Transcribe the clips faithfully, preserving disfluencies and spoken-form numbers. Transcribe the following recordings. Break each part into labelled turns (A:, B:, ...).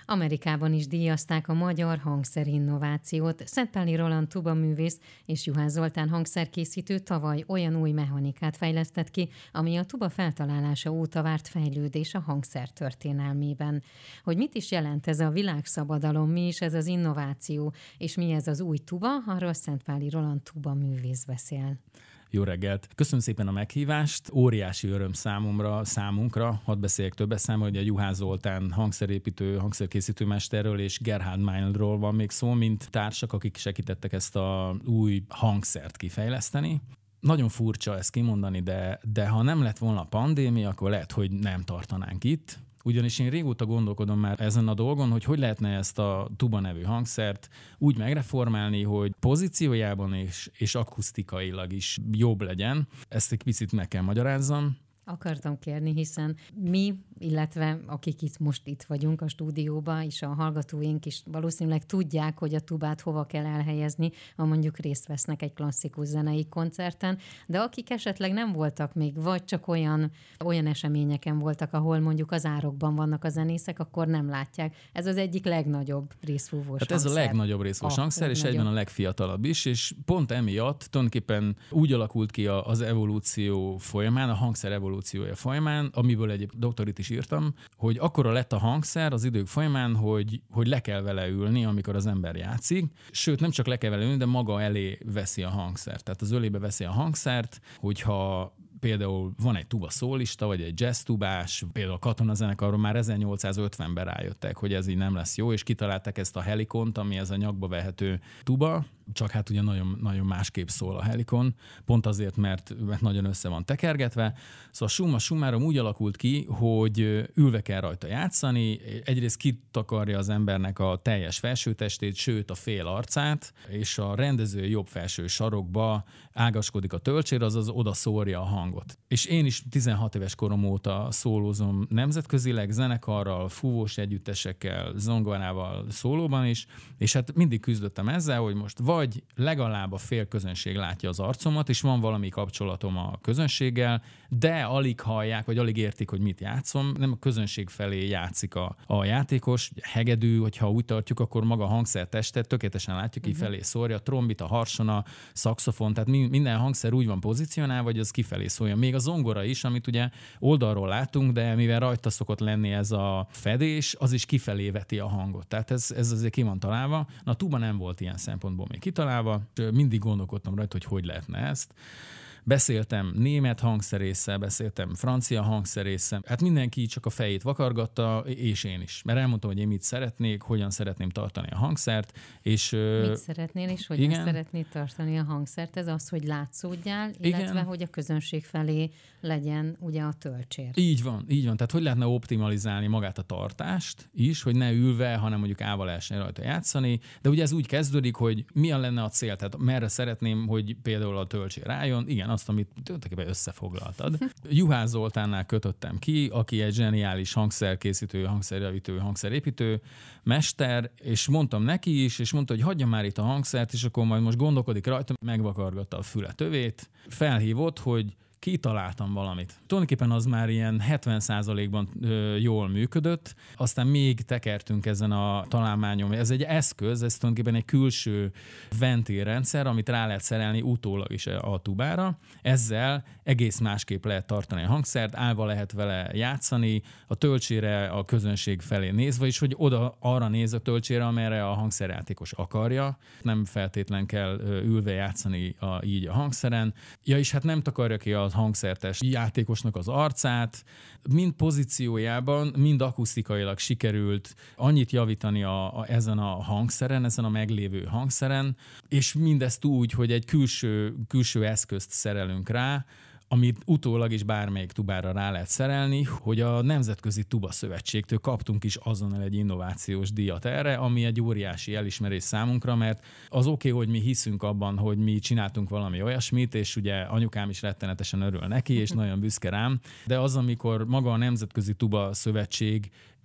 A: Amerikában is díjazták a magyar hangszerinnovációt. Szentpáli Roland tubaművész és Juhász Zoltán hangszerkészítő tavaly olyan új mechanikát fejlesztett ki, ami a tuba feltalálása óta várt fejlődés a hangszer történelmében. Hogy mit is jelent ez a világszabadalom, mi is ez az innováció, és mi ez az új tuba, arról Szentpáli Roland tubaművész beszél.
B: Jó reggelt! Köszönöm szépen a meghívást. Óriási öröm számomra, számunkra, hadd beszéljek többes számra, hogy a Juhász Zoltán hangszerépítő, hangszerkészítő mesterről és Gerhard Meinldról van még szó, mint társak, akik segítettek ezt a új hangszert kifejleszteni. Nagyon furcsa ezt kimondani, de, de ha nem lett volna a pandémia, akkor lehet, hogy nem tartanánk itt. Ugyanis én régóta gondolkodom már ezen a dolgon, hogy hogy lehetne ezt a tuba nevű hangszert úgy megreformálni, hogy pozíciójában és, és akusztikailag is jobb legyen. Ezt egy picit meg kell magyarázzam.
A: Akartam kérni, hiszen mi, illetve akik itt most itt vagyunk a stúdióban, és a hallgatóink is valószínűleg tudják, hogy a tubát hova kell elhelyezni, ha mondjuk részt vesznek egy klasszikus zenei koncerten, de akik esetleg nem voltak még, vagy csak olyan, olyan eseményeken voltak, ahol mondjuk az árokban vannak a zenészek, akkor nem látják. Ez az egyik legnagyobb részfúvós
B: hát ez
A: hangszer.
B: a legnagyobb részfúvós hangszer, és egyben a legfiatalabb is, és pont emiatt tulajdonképpen úgy alakult ki az evolúció folyamán, a hangszer evolúció folyamán, amiből egy doktorit is írtam, hogy akkora lett a hangszer az idők folyamán, hogy, hogy le kell vele ülni, amikor az ember játszik. Sőt, nem csak le kell vele ülni, de maga elé veszi a hangszert. Tehát az ölébe veszi a hangszert, hogyha például van egy tuba szólista, vagy egy jazz tubás, például a Katonazenekarról már ezernyolcszázötvenben rájöttek, hogy ez így nem lesz jó, és kitalálták ezt a helikont, ami ez a nyakba vehető tuba, csak hát ugye nagyon, nagyon másképp szól a helikon, pont azért, mert, mert nagyon össze van tekergetve. Szóval summa summarum úgy alakult ki, hogy ülve kell rajta játszani, egyrészt kitakarja az embernek a teljes felsőtestét, sőt a fél arcát, és a rendező jobb felső sarokba ágaskodik a tölcsér, azaz oda szórja a hangot. És én is tizenhat éves korom óta szólózom nemzetközileg, zenekarral, fúvós együttesekkel, zongorával, szólóban is, és hát mindig küzdöttem ezzel, hogy most vagy legalább a fél közönség látja az arcomat, és van valami kapcsolatom a közönséggel, de alig hallják, vagy alig értik, hogy mit játszom. Nem a közönség felé játszik a, a játékos. Hegedű, hogyha úgy tartjuk, akkor maga a hangszertestet tökéletesen látjuk, ki felé szórja, trombita, harsona, szaxofon, tehát minden hangszer úgy van pozícionálva, hogy az kifelé szólja. Még a zongora is, amit ugye oldalról látunk, de mivel rajta szokott lenni ez a fedés, az is kifelé veti a hangot. Tehát ez, ez azért ki van találva. Na, a tuba nem volt ilyen szempontból még kitalálva. Mindig gondolkodtam rajta, hogy hogy lehetne ezt. Beszéltem német hangszerésszel, beszéltem francia hangszerésszel. Hát mindenki csak a fejét vakargatta, és én is. Mert elmondtam, hogy én mit szeretnék, hogyan szeretném tartani a hangszert. És,
A: mit szeretnél, és hogyan igen. szeretnéd tartani a hangszert? Ez az, hogy látszódjál, illetve igen. hogy a közönség felé legyen ugye a tölcsér.
B: Így van, így van. Tehát hogy lehetne optimalizálni magát a tartást is, hogy ne ülve, hanem mondjuk ával lehessen rajta játszani. De ugye ez úgy kezdődik, hogy milyen lenne a cél, tehát merre szeretném, hogy például a tölcsér rájön. Igen, azt, amit tulajdonképpen összefoglaltad. Juhász Zoltánnál kötöttem ki, aki egy zseniális hangszerkészítő, hangszerjavítő, hangszerépítő mester, és mondtam neki is, és mondta, hogy hagyja már itt a hangszert, és akkor majd most gondolkodik rajta, megvakargatta a füle tövét, felhívott, hogy kitaláltam valamit. Tulajdonképpen az már ilyen hetven százalékban ö, jól működött, aztán még tekertünk ezen a találmányon. Ez egy eszköz, ez tulajdonképpen egy külső ventilrendszer, amit rá lehet szerelni utólag is a tubára. Ezzel egész másképp lehet tartani a hangszert, állva lehet vele játszani, a töltsére a közönség felé nézve is, hogy oda arra néz a töltsére, amerre a hangszerjátékos akarja. Nem feltétlen kell ö, ülve játszani a, így a hangszeren. Ja, és hát nem takarja ki a hangszertes játékosnak az arcát, mind pozíciójában, mind akusztikailag sikerült annyit javítani a, a, ezen a hangszeren, ezen a meglévő hangszeren, és mindezt úgy, hogy egy külső, külső eszközt szerelünk rá, amit utólag is bármelyik tubára rá lehet szerelni, hogy a Nemzetközi Tuba Szövetségtől kaptunk is azonnal egy innovációs díjat erre, ami egy óriási elismerés számunkra, mert az oké, okay, hogy mi hiszünk abban, hogy mi csináltunk valami olyasmit, és ugye anyukám is rettenetesen örül neki, és nagyon büszke rám, de az, amikor maga a Nemzetközi Tuba Szövetség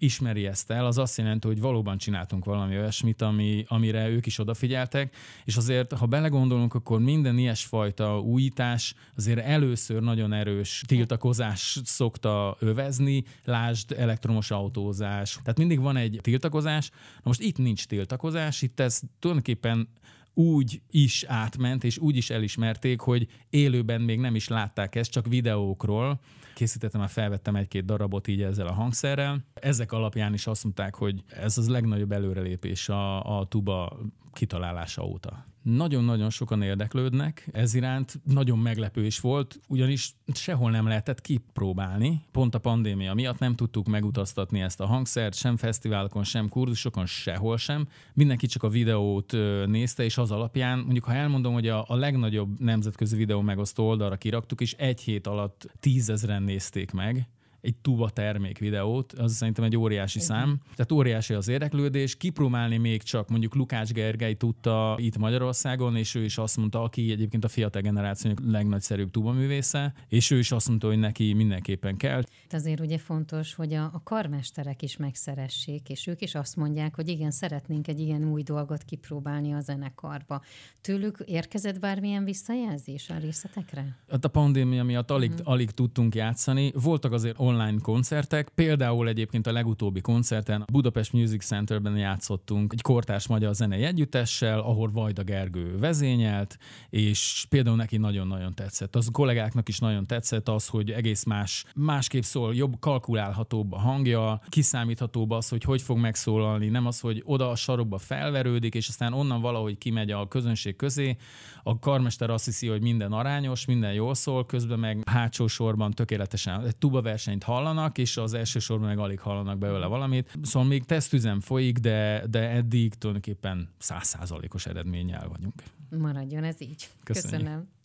B: ismeri ezt el, az azt jelenti, hogy valóban csináltunk valami olyasmit, ami, amire ők is odafigyeltek, és azért, ha belegondolunk, akkor minden ilyesfajta újítás azért először nagyon erős tiltakozás szokta övezni, lásd elektromos autózás. Tehát mindig van egy tiltakozás, na most itt nincs tiltakozás, itt ez tulajdonképpen úgy is átment, és úgy is elismerték, hogy élőben még nem is látták ezt, csak videókról. Készítettem, már felvettem egy-két darabot így ezzel a hangszerrel. Ezek alapján is azt mondták, hogy ez az legnagyobb előrelépés a, a tuba kitalálása óta. Nagyon-nagyon sokan érdeklődnek ez iránt, nagyon meglepő is volt, ugyanis sehol nem lehetett kipróbálni. Pont a pandémia miatt nem tudtuk megutaztatni ezt a hangszert, sem fesztiválokon, sem kurzusokon, sehol sem. Mindenki csak a videót nézte, és az alapján, mondjuk ha elmondom, hogy a, a legnagyobb nemzetközi videó megosztó oldalra kiraktuk, és egy hét alatt tízezren nézték meg egy tuba termék videót, az szerintem egy óriási uh-huh. szám. Tehát óriási az érdeklődés. Kipróbálni még csak mondjuk Lukács Gergely tudta itt Magyarországon, és ő is azt mondta, aki egyébként a fiatal generációnak legnagyszerűbb tubaművésze, és ő is azt mondta, hogy neki mindenképpen kell.
A: Azért ugye fontos, hogy a, a karmesterek is megszeressék, és ők is azt mondják, hogy igen, szeretnénk egy ilyen új dolgot kipróbálni a zenekarba. Tőlük érkezett bármilyen visszajelzés a részletekre?
B: Hát a pandémia miatt alig, uh-huh. alig tudtunk játszani. Voltak azért online koncertek, például egyébként a legutóbbi koncerten a Budapest Music Centerben játszottunk egy kortárs magyar zenei együttessel, ahol Vajda Gergő vezényelt, és például neki nagyon-nagyon tetszett. Az kollégáknak is nagyon tetszett az, hogy egész más, másképp szól, jobb, kalkulálhatóbb a hangja, kiszámíthatóbb az, hogy hogy fog megszólalni, nem az, hogy oda a sarokba felverődik, és aztán onnan valahogy kimegy a közönség közé. A karmester azt hiszi, hogy minden arányos, minden jól szól, közben meg hátsó sorban tökéletesen egy tuba versenyt hallanak, és az első sorban meg alig hallanak belőle valamit. Szóval még tesztüzem folyik, de, de eddig tulajdonképpen száz százalékos eredménnyel vagyunk.
A: Maradjon ez így.
B: Köszönjük.
A: Köszönöm.